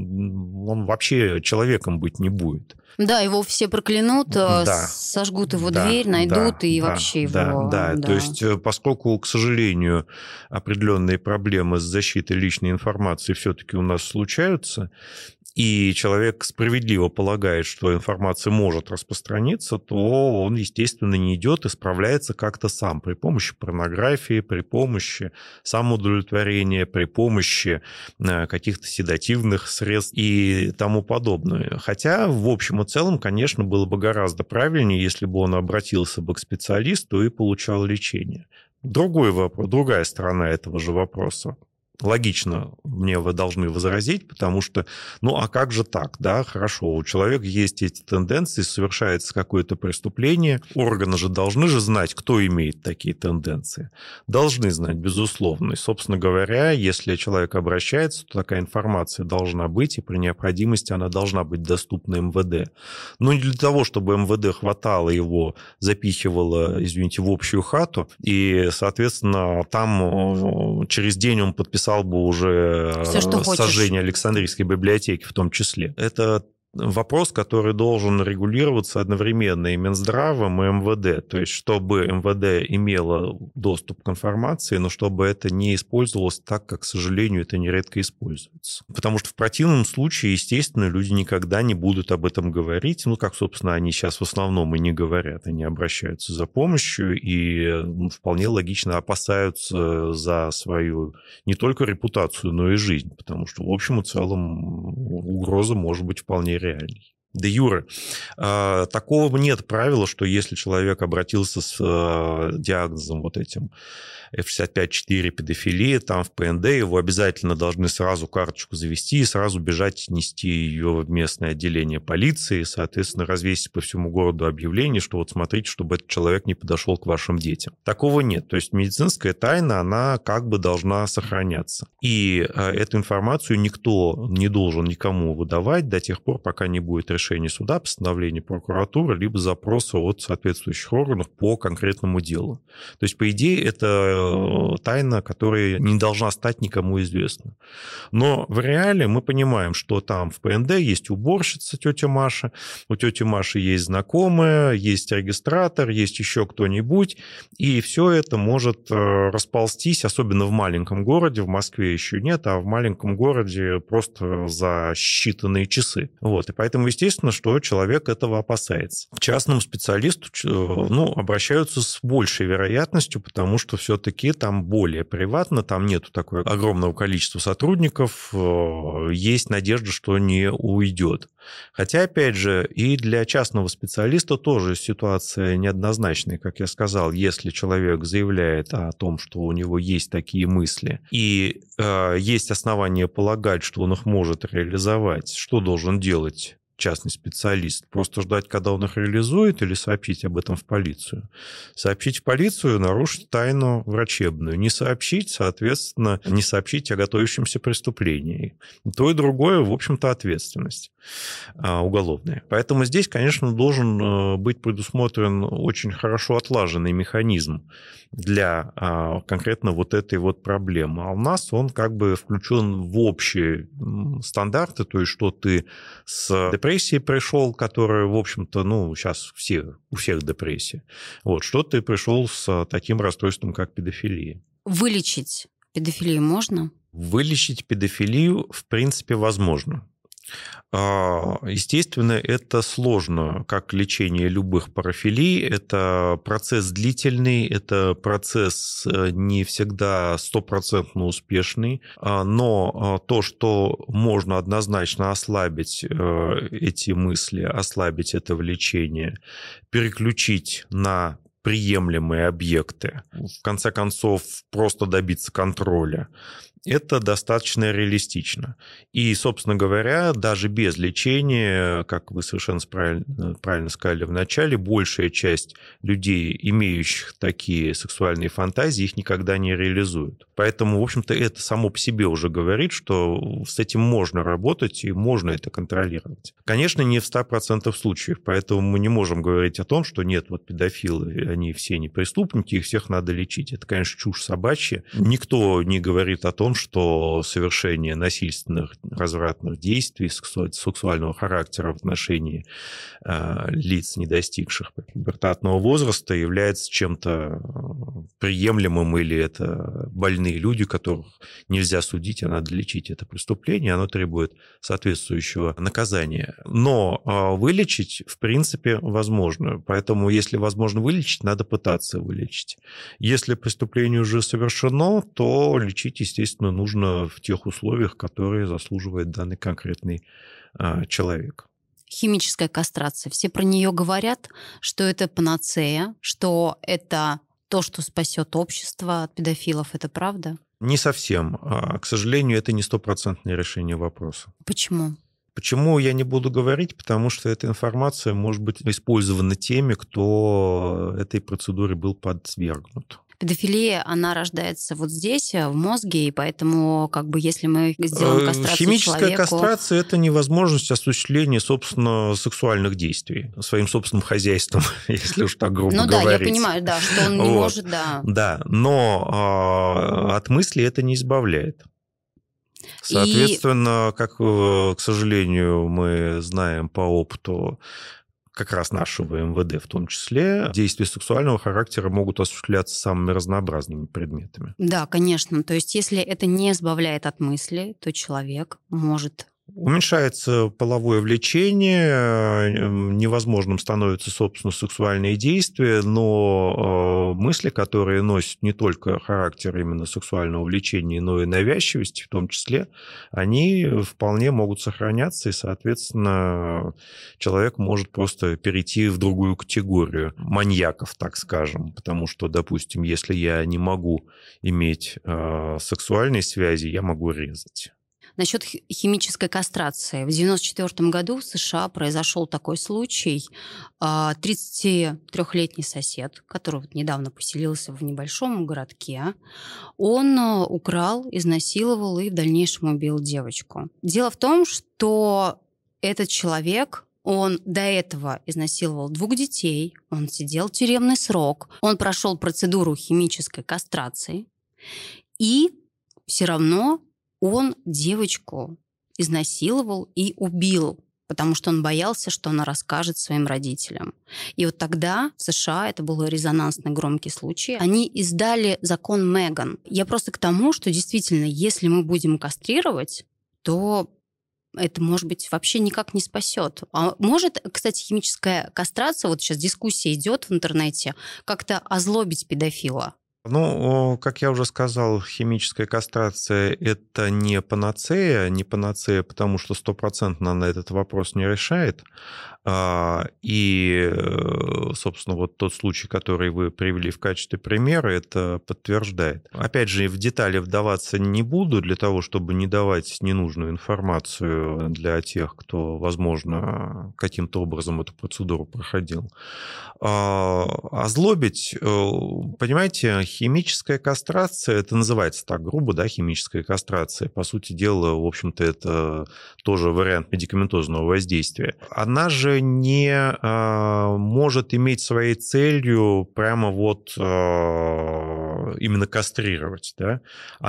он вообще человеком быть не будет. Да, его все проклянут, сожгут его дверь, найдут вообще его... Да, то есть поскольку, к сожалению, определенные проблемы с защитой личной информации все-таки у нас случаются, и человек справедливо полагает, что информация может распространиться, то он, естественно, не идет и справляется как-то сам при помощи порнографии, при помощи самоудовлетворения, при помощи каких-то седативных средств и тому подобное. Хотя, в общем и целом, конечно, было бы гораздо правильнее, если бы он обратился бы к специалисту и получал лечение. Другой вопрос, другая сторона этого же вопроса. Логично, мне вы должны возразить, потому что, а как же так, хорошо, у человека есть эти тенденции, совершается какое-то преступление, органы же должны знать, кто имеет такие тенденции. Должны знать, безусловно. И, собственно говоря, если человек обращается, то такая информация должна быть, и при необходимости она должна быть доступна МВД. Но не для того, чтобы МВД хватало его, запихивало, в общую хату, и, соответственно, там через день он подписал бы уже сожжение Александрийской библиотеки в том числе. Это вопрос, который должен регулироваться одновременно и Минздравом, и МВД. То есть, чтобы МВД имело доступ к информации, но чтобы это не использовалось так, как, к сожалению, это нередко используется. Потому что в противном случае, естественно, люди никогда не будут об этом говорить. Как, собственно, они сейчас в основном и не говорят. Они обращаются за помощью и вполне логично опасаются за свою не только репутацию, но и жизнь. Потому что, в общем и целом, угроза может быть вполне реальный. Де юре. Такого нет правила, что если человек обратился с диагнозом вот этим F65-4 педофилия, там в ПНД его обязательно должны сразу карточку завести и сразу бежать нести ее в местное отделение полиции, соответственно, развесить по всему городу объявление, что вот смотрите, чтобы этот человек не подошел к вашим детям. Такого нет. То есть медицинская тайна, она как бы должна сохраняться. И эту информацию никто не должен никому выдавать до тех пор, пока не будет решения суда, постановления прокуратуры, либо запроса от соответствующих органов по конкретному делу. То есть, по идее, это тайна, которая не должна стать никому известна. Но в реале мы понимаем, что там в ПНД есть уборщица, тетя Маша, у тети Маши есть знакомая, есть регистратор, есть еще кто-нибудь, и все это может расползтись, особенно в маленьком городе, в Москве еще нет, а в маленьком городе просто за считанные часы. И поэтому, естественно, естественно, что человек этого опасается. К частному специалисту обращаются с большей вероятностью, потому что все-таки там более приватно, там нету такого огромного количества сотрудников, есть надежда, что не уйдет. Хотя, опять же, и для частного специалиста тоже ситуация неоднозначная. Как я сказал, если человек заявляет о том, что у него есть такие мысли, и есть основания полагать, что он их может реализовать, что должен делать частный специалист? Просто ждать, когда он их реализует, или сообщить об этом в полицию? Сообщить в полицию, нарушить тайну врачебную. Не сообщить, соответственно, не сообщить о готовящемся преступлении. То и другое, в общем-то, ответственность уголовная. Поэтому здесь, конечно, должен быть предусмотрен очень хорошо отлаженный механизм для конкретно вот этой вот проблемы. А у нас он как бы включен в общие стандарты, то есть что ты с депрессией пришел, которая, в общем-то, сейчас у всех депрессия. Вот, что ты пришел с таким расстройством, как педофилия. Вылечить педофилию можно? Вылечить педофилию, в принципе, возможно. Естественно, это сложно, как лечение любых парафилий. Это процесс длительный, это процесс не всегда стопроцентно успешный, но то, что можно однозначно ослабить эти мысли, ослабить это влечение, переключить на приемлемые объекты, в конце концов, просто добиться контроля, это достаточно реалистично. И, собственно говоря, даже без лечения, как вы совершенно правильно сказали в начале, большая часть людей, имеющих такие сексуальные фантазии, их никогда не реализуют. Поэтому, в общем-то, это само по себе уже говорит, что с этим можно работать и можно это контролировать. Конечно, не в 100% случаев, поэтому мы не можем говорить о том, что нет, вот педофилы, они все не преступники, их всех надо лечить. Это, конечно, чушь собачья. Никто не говорит о том, что совершение насильственных развратных действий сексуального характера в отношении лиц, не достигших пубертатного возраста, является чем-то приемлемым, или это больные люди, которых нельзя судить, а надо лечить. Это преступление, оно требует соответствующего наказания. Но вылечить, в принципе, возможно. Поэтому, если возможно вылечить, надо пытаться вылечить. Если преступление уже совершено, то лечить, естественно, нужно в тех условиях, которые заслуживает данный конкретный человек. Химическая кастрация. Все про нее говорят, что это панацея, что это то, что спасет общество от педофилов. Это правда? Не совсем. К сожалению, это не стопроцентное решение вопроса. Почему? Почему я не буду говорить? Потому что эта информация может быть использована теми, кто этой процедуре был подвергнут. Педофилия, она рождается вот здесь, в мозге, и поэтому, если мы сделаем кастрацию химическая человеку... кастрация – это невозможность осуществления, собственно, сексуальных действий своим собственным хозяйством, если уж так грубо говорить. Ну да, я понимаю, да, что он не может, да. Да, но от мысли это не избавляет. Соответственно, как, к сожалению, мы знаем по опыту как раз нашего МВД в том числе, действия сексуального характера могут осуществляться самыми разнообразными предметами. Да, конечно. То есть если это не избавляет от мысли, то человек может... Уменьшается половое влечение, невозможным становятся, собственно, сексуальные действия, но мысли, которые носят не только характер именно сексуального влечения, но и навязчивости в том числе, они вполне могут сохраняться, и, соответственно, человек может просто перейти в другую категорию маньяков, так скажем, потому что, допустим, если я не могу иметь сексуальные связи, я могу резать. Насчет химической кастрации. В 1994 году в США произошел такой случай. 33-летний сосед, который недавно поселился в небольшом городке, он украл, изнасиловал и в дальнейшем убил девочку. Дело в том, что этот человек... Он до этого изнасиловал 2 детей, он сидел тюремный срок, он прошел процедуру химической кастрации, и все равно он девочку изнасиловал и убил, потому что он боялся, что она расскажет своим родителям. И вот тогда в США, это был резонансный громкий случай, они издали закон Меган. Я просто к тому, что действительно, если мы будем кастрировать, то это, может быть, вообще никак не спасет. А может, кстати, химическая кастрация, вот сейчас дискуссия идет в интернете, как-то озлобить педофила? Ну, как я уже сказал, химическая кастрация – это не панацея, потому что стопроцентно она этот вопрос не решает. И, собственно, вот тот случай, который вы привели в качестве примера, это подтверждает. Опять же, в детали вдаваться не буду для того, чтобы не давать ненужную информацию для тех, кто, возможно, каким-то образом эту процедуру проходил. Озлобить, понимаете, химическая кастрация, это называется так грубо, да, химическая кастрация. По сути дела, в общем-то, это тоже вариант медикаментозного воздействия. Она же не может иметь своей целью прямо вот именно кастрировать. Да?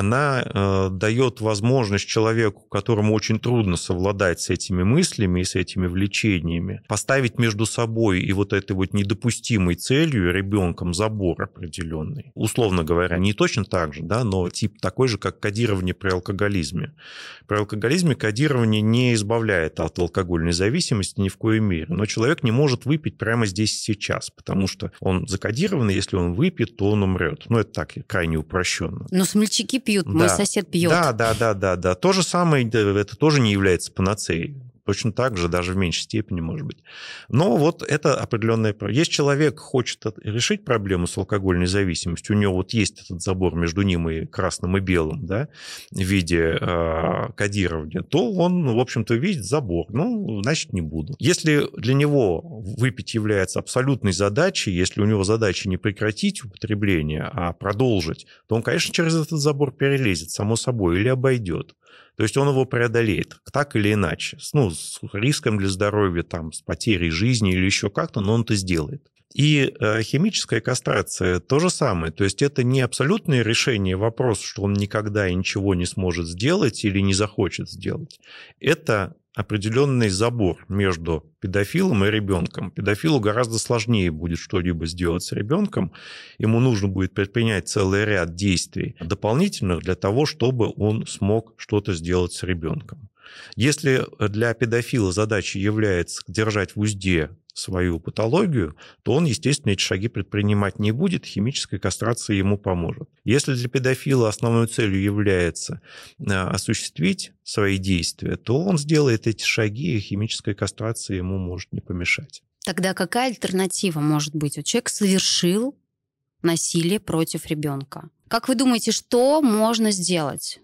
Она дает возможность человеку, которому очень трудно совладать с этими мыслями и с этими влечениями, поставить между собой и вот этой вот недопустимой целью ребенком забор определенный. Условно говоря, не точно так же, да, но тип такой же, как кодирование при алкоголизме. При алкоголизме кодирование не избавляет от алкогольной зависимости ни в коей мере, но человек не может выпить прямо здесь и сейчас, потому что он закодирован, и если он выпьет, то он умрет. Ну, это так, крайне упрощенно. Но смельчаки пьют, да. Мой сосед пьет. Да. То же самое, это тоже не является панацеей. Точно так же, даже в меньшей степени, может быть. Но вот это определенная... Если человек хочет решить проблему с алкогольной зависимостью, у него вот есть этот забор между ним и красным и белым, да, в виде кодирования, то он, в общем-то, видит забор. Ну, значит, не буду. Если для него выпить является абсолютной задачей, если у него задача не прекратить употребление, а продолжить, то он, конечно, через этот забор перелезет, само собой, или обойдет. То есть он его преодолеет, так или иначе. Ну, с риском для здоровья, там, с потерей жизни или еще как-то, но он это сделает. И химическая кастрация то же самое. То есть это не абсолютное решение вопроса, что он никогда и ничего не сможет сделать или не захочет сделать. Это определенный забор между педофилом и ребенком. Педофилу гораздо сложнее будет что-либо сделать с ребенком. Ему нужно будет предпринять целый ряд действий дополнительных для того, чтобы он смог что-то сделать с ребенком. Если для педофила задачей является держать в узде свою патологию, то он, естественно, эти шаги предпринимать не будет, химическая кастрация ему поможет. Если для педофила основной целью является осуществить свои действия, то он сделает эти шаги, и химическая кастрация ему может не помешать. Тогда какая альтернатива может быть? Вот человек совершил насилие против ребенка. Как вы думаете, что можно сделать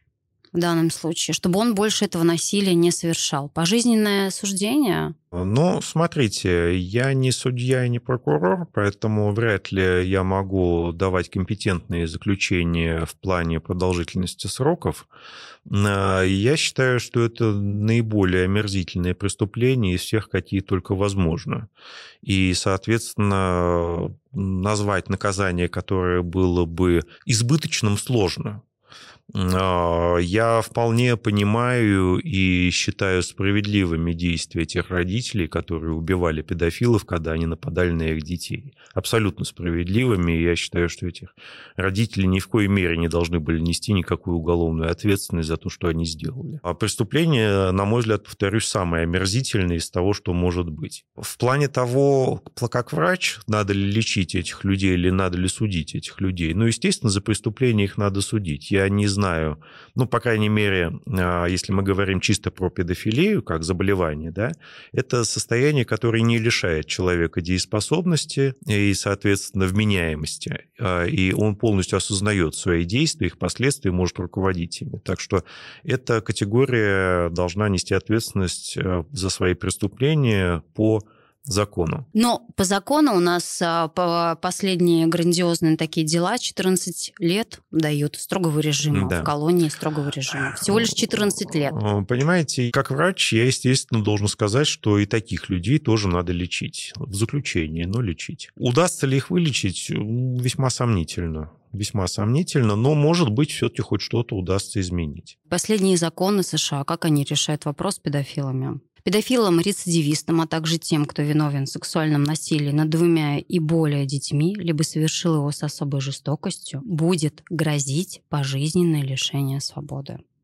в данном случае, чтобы он больше этого насилия не совершал? Пожизненное осуждение? Ну, смотрите, я не судья и не прокурор, поэтому вряд ли я могу давать компетентные заключения в плане продолжительности сроков. Я считаю, что это наиболее омерзительное преступление из всех, какие только возможно. И, соответственно, назвать наказание, которое было бы избыточным, сложно. Я вполне понимаю и считаю справедливыми действия этих родителей, которые убивали педофилов, когда они нападали на их детей. Абсолютно справедливыми. И я считаю, что этих родителей ни в коей мере не должны были нести никакую уголовную ответственность за то, что они сделали. А преступление, на мой взгляд, повторюсь, самое омерзительное из того, что может быть. В плане того, как врач, надо ли лечить этих людей или надо ли судить этих людей, ну, естественно, за преступление их надо судить. Я не знаю, ну, по крайней мере, если мы говорим чисто про педофилию, как заболевание, да, это состояние, которое не лишает человека дееспособности и, соответственно, вменяемости. И он полностью осознает свои действия, их последствия, может руководить ими. Так что эта категория должна нести ответственность за свои преступления по закону. Но по закону у нас последние грандиозные такие дела 14 лет дают строгого режима, да. В колонии строгого режима. Всего лишь 14 лет. Понимаете, как врач я, естественно, должен сказать, что и таких людей тоже надо лечить. В заключении, но лечить. Удастся ли их вылечить? Весьма сомнительно. Весьма сомнительно, но, может быть, все-таки хоть что-то удастся изменить. Последние законы США, как они решают вопрос с педофилами? Педофилам-рецидивистам, а также тем, кто виновен в сексуальном насилии над 2 и более детьми, либо совершил его с особой жестокостью, будет грозить пожизненное лишение свободы.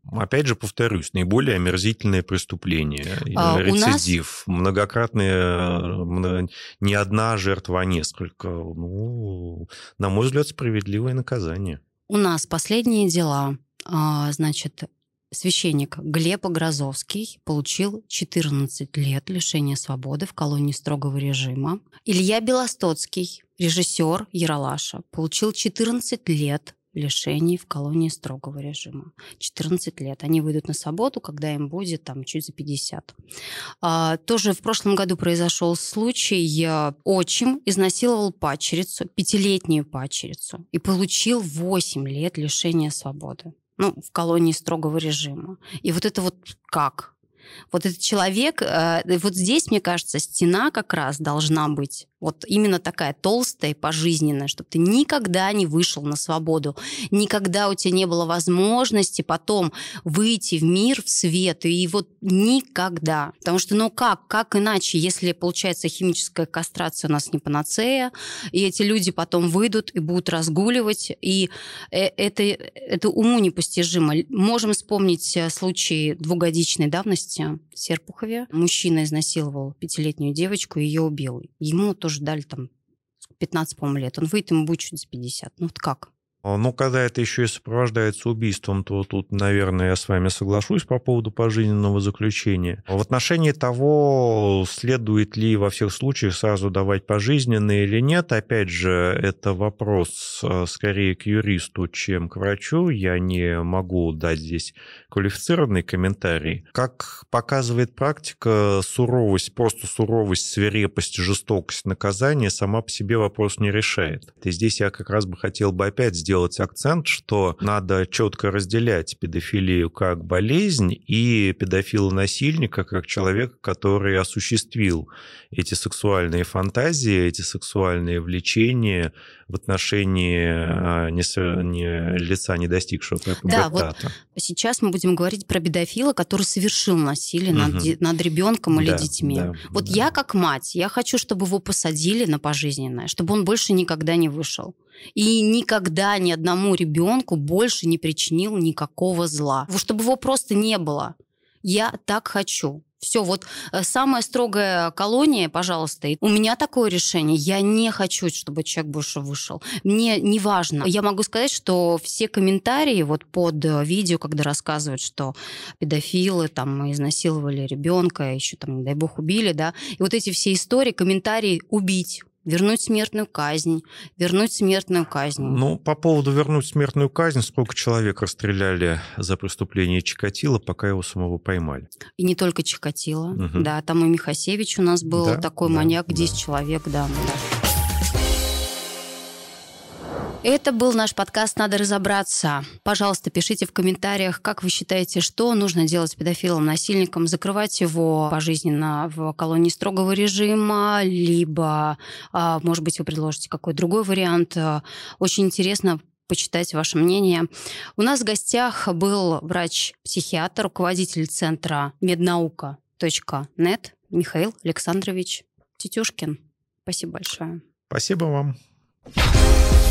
Опять же, повторюсь, наиболее омерзительные преступления, рецидив, многократные, не одна жертва, а несколько. Ну, на мой взгляд, справедливое наказание. У нас последние дела. Значит, священник Глеб Грозовский получил 14 лет лишения свободы в колонии строгого режима. Илья Белостоцкий, режиссер «Ералаша», получил 14 лет лишений в колонии строгого режима. 14 лет. Они выйдут на свободу, когда им будет чуть за 50. Тоже в прошлом году произошел случай. Отчим изнасиловал падчерицу, 5-летнюю падчерицу, и получил 8 лет лишения свободы. В колонии строгого режима. И вот это вот как? Вот этот человек, вот здесь, мне кажется, стена как раз должна быть вот именно такая толстая и пожизненная, чтобы ты никогда не вышел на свободу, никогда у тебя не было возможности потом выйти в мир, в свет, и вот никогда. Потому что, как иначе, если, получается, химическая кастрация у нас не панацея, и эти люди потом выйдут и будут разгуливать, и это уму непостижимо. Можем вспомнить случай 2-годичной давности в Серпухове. Мужчина изнасиловал 5-летнюю девочку и ее убил. Ему тоже дали 15, по-моему, лет. Он выйдет, ему будет чуть за 50. Вот как? Когда это еще и сопровождается убийством, то тут, наверное, я с вами соглашусь по поводу пожизненного заключения. В отношении того, следует ли во всех случаях сразу давать пожизненное или нет, опять же, это вопрос скорее к юристу, чем к врачу. Я не могу дать здесь квалифицированный комментарий. Как показывает практика, суровость, свирепость, жестокость наказания сама по себе вопрос не решает. И здесь я как раз бы хотел опять сделать акцент, что надо четко разделять педофилию как болезнь и педофила-насильника как человека, который осуществил эти сексуальные фантазии, эти сексуальные влечения в отношении лица, не достигшего пубертата. Да, вот сейчас мы будем говорить про педофила, который совершил насилие над ребенком или детьми. Я как мать, я хочу, чтобы его посадили на пожизненное, чтобы он больше никогда не вышел. И никогда ни одному ребенку больше не причинил никакого зла. Чтобы его просто не было. Я так хочу. Все, вот самая строгая колония, пожалуйста. У меня такое решение. Я не хочу, чтобы человек больше вышел. Мне не важно. Я могу сказать, что все комментарии вот под видео, когда рассказывают, что педофилы изнасиловали ребенка, еще не дай бог, убили, да, и вот эти все истории, комментарии «убить», вернуть смертную казнь. По поводу вернуть смертную казнь, сколько человек расстреляли за преступление Чикатило, пока его самого поймали. И не только Чикатило. Да, там и Михасевич у нас был такой маньяк, 10 человек, да. Это был наш подкаст «Надо разобраться». Пожалуйста, пишите в комментариях, как вы считаете, что нужно делать с педофилом-насильником, закрывать его пожизненно в колонии строгого режима, либо, может быть, вы предложите какой-то другой вариант. Очень интересно почитать ваше мнение. У нас в гостях был врач-психиатр, руководитель центра меднаука.нет Михаил Александрович Тетюшкин. Спасибо большое. Спасибо вам.